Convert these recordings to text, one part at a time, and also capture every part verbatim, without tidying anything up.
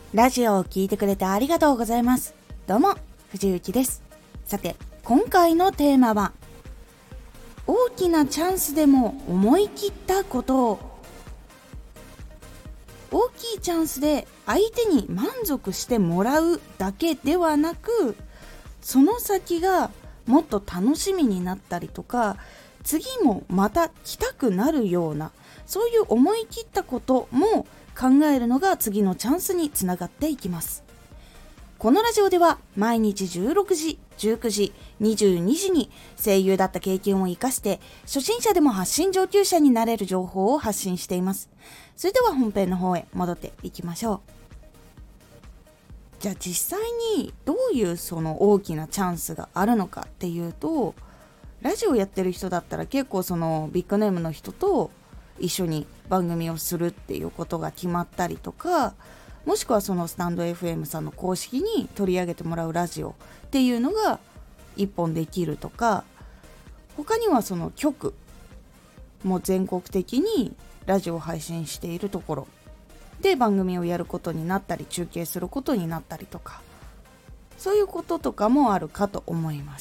ラジオを聞いてくれてありがとうございます。どうも藤幸です。さて今回のテーマは、大きなチャンスでも思い切ったことを。大きいチャンスで相手に満足してもらうだけではなく、その先がもっと楽しみになったりとか、次もまた来たくなるような、そういう思い切ったことも考えるのが次のチャンスにつながっていきます。このラジオでは毎日じゅうろくじ、じゅうくじ、にじゅうにじに声優だった経験を生かして初心者でも発信上級者になれる情報を発信しています。それでは本編の方へ戻っていきましょう。じゃあ実際にどういうその大きなチャンスがあるのかっていうと、ラジオやってる人だったら結構そのビッグネームの人と一緒に番組をするっていうことが決まったりとか、もしくはそのスタンド エフエム さんの公式に取り上げてもらうラジオっていうのが一本できるとか、他にはその局もう全国的にラジオを配信しているところで番組をやることになったり、中継することになったりとか、そういうこととかもあるかと思います。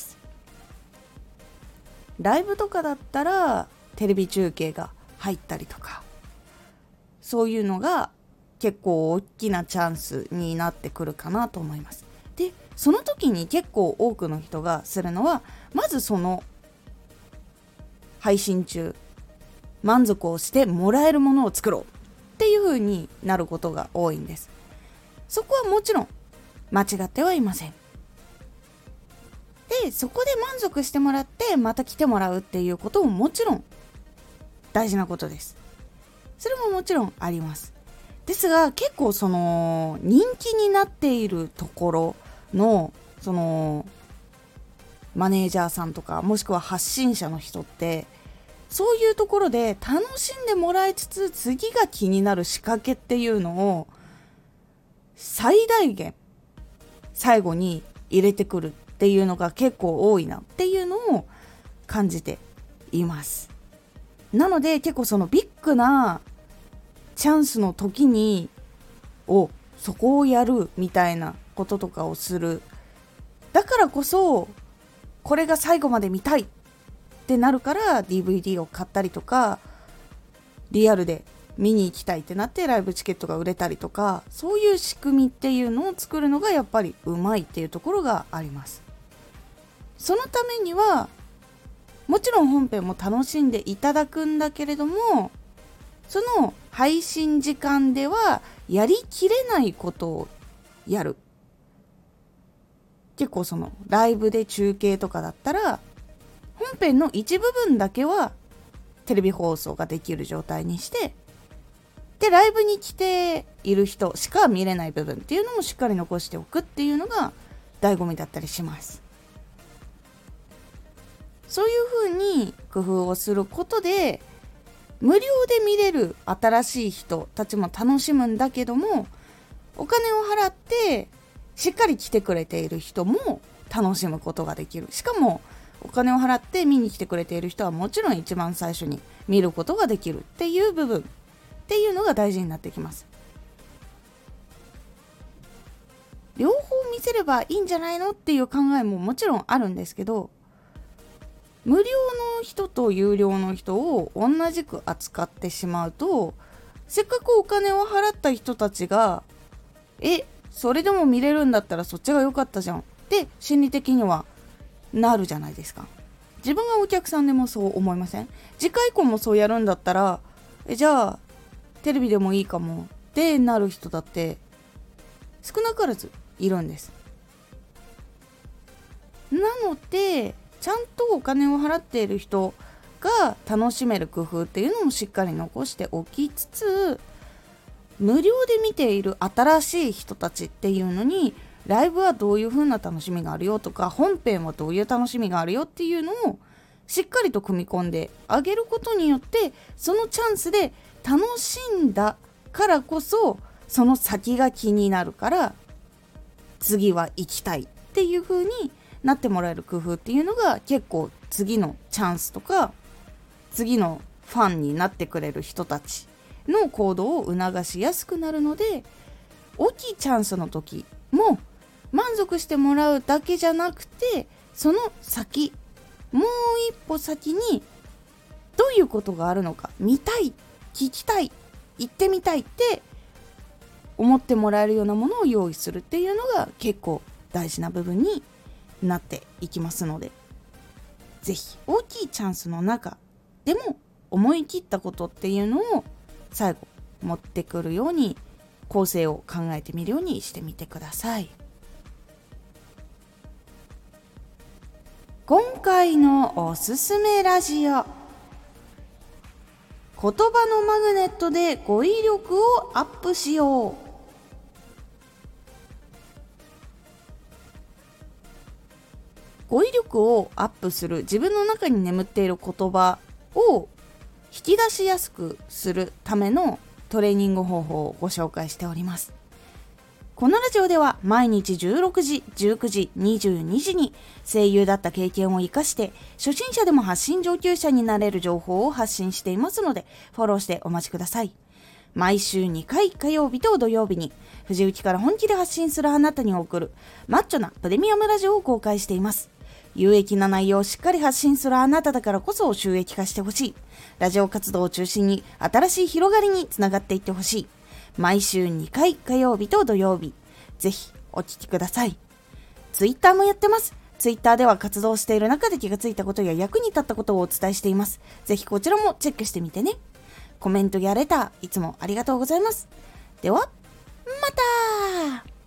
ライブとかだったらテレビ中継が入ったりとか、そういうのが結構大きなチャンスになってくるかなと思います。で、その時に結構多くの人がするのは、まずその配信中満足をしてもらえるものを作ろうっていう風になることが多いんです。そこはもちろん間違ってはいません。で、そこで満足してもらってまた来てもらうっていうことももちろん大事なことです。それももちろんあります。ですが結構その人気になっているところのそのマネージャーさんとか、もしくは発信者の人って、そういうところで楽しんでもらいつつ次が気になる仕掛けっていうのを最大限最後に入れてくるっていうのが結構多いなっていうのを感じています。なので結構そのビッグなチャンスの時におそこをやるみたいなこととかをする。だからこそこれが最後まで見たいってなるから ディーブイディー を買ったりとか、リアルで見に行きたいってなってライブチケットが売れたりとか、そういう仕組みっていうのを作るのがやっぱりうまいっていうところがあります。そのためにはもちろん本編も楽しんでいただくんだけれども、その配信時間ではやりきれないことをやる。結構そのライブで中継とかだったら本編の一部分だけはテレビ放送ができる状態にして、でライブに来ている人しか見れない部分っていうのもしっかり残しておくっていうのが醍醐味だったりします。そういう風に工夫をすることで無料で見れる新しい人たちも楽しむんだけども、お金を払ってしっかり来てくれている人も楽しむことができる。しかもお金を払って見に来てくれている人はもちろん一番最初に見ることができるっていう部分っていうのが大事になってきます。両方見せればいいんじゃないのっていう考えももちろんあるんですけど、無料の人と有料の人を同じく扱ってしまうと、せっかくお金を払った人たちがえ、それでも見れるんだったらそっちが良かったじゃんって心理的にはなるじゃないですか。自分がお客さんでもそう思いません？次回以降もそうやるんだったらえじゃあテレビでもいいかもってなる人だって少なからずいるんです。なのでちゃんとお金を払っている人が楽しめる工夫っていうのもしっかり残しておきつつ、無料で見ている新しい人たちっていうのにライブはどういう風な楽しみがあるよとか、本編はどういう楽しみがあるよっていうのをしっかりと組み込んであげることによって、そのチャンスで楽しんだからこそその先が気になるから次は行きたいっていう風になってもらえる工夫っていうのが結構次のチャンスとか次のファンになってくれる人たちの行動を促しやすくなるので、 大きいチャンスの時も満足してもらうだけじゃなくて、その先、もう一歩先にどういうことがあるのか見たい、聞きたい、行ってみたいって思ってもらえるようなものを用意するっていうのが結構大事な部分になっていきますので、ぜひ大きいチャンスの中でも思い切ったことっていうのを最後持ってくるように構成を考えてみるようにしてみてください。今回のおすすめラジオ、言葉のマグネットで語彙力をアップしよう。語彙力をアップする、自分の中に眠っている言葉を引き出しやすくするためのトレーニング方法をご紹介しております。このラジオでは毎日じゅうろくじ、じゅうくじ、にじゅうにじに声優だった経験を生かして初心者でも発信上級者になれる情報を発信していますので、フォローしてお待ちください。毎週にかい、火曜日と土曜日に藤雪から本気で発信するあなたに送るマッチョなプレミアムラジオを公開しています。有益な内容をしっかり発信するあなただからこそ収益化してほしい。ラジオ活動を中心に新しい広がりにつながっていってほしい。毎週にかい、火曜日と土曜日、ぜひお聞きください。ツイッターもやってます。ツイッターでは活動している中で気がついたことや役に立ったことをお伝えしています。ぜひこちらもチェックしてみてね。コメントやレターいつもありがとうございます。ではまた。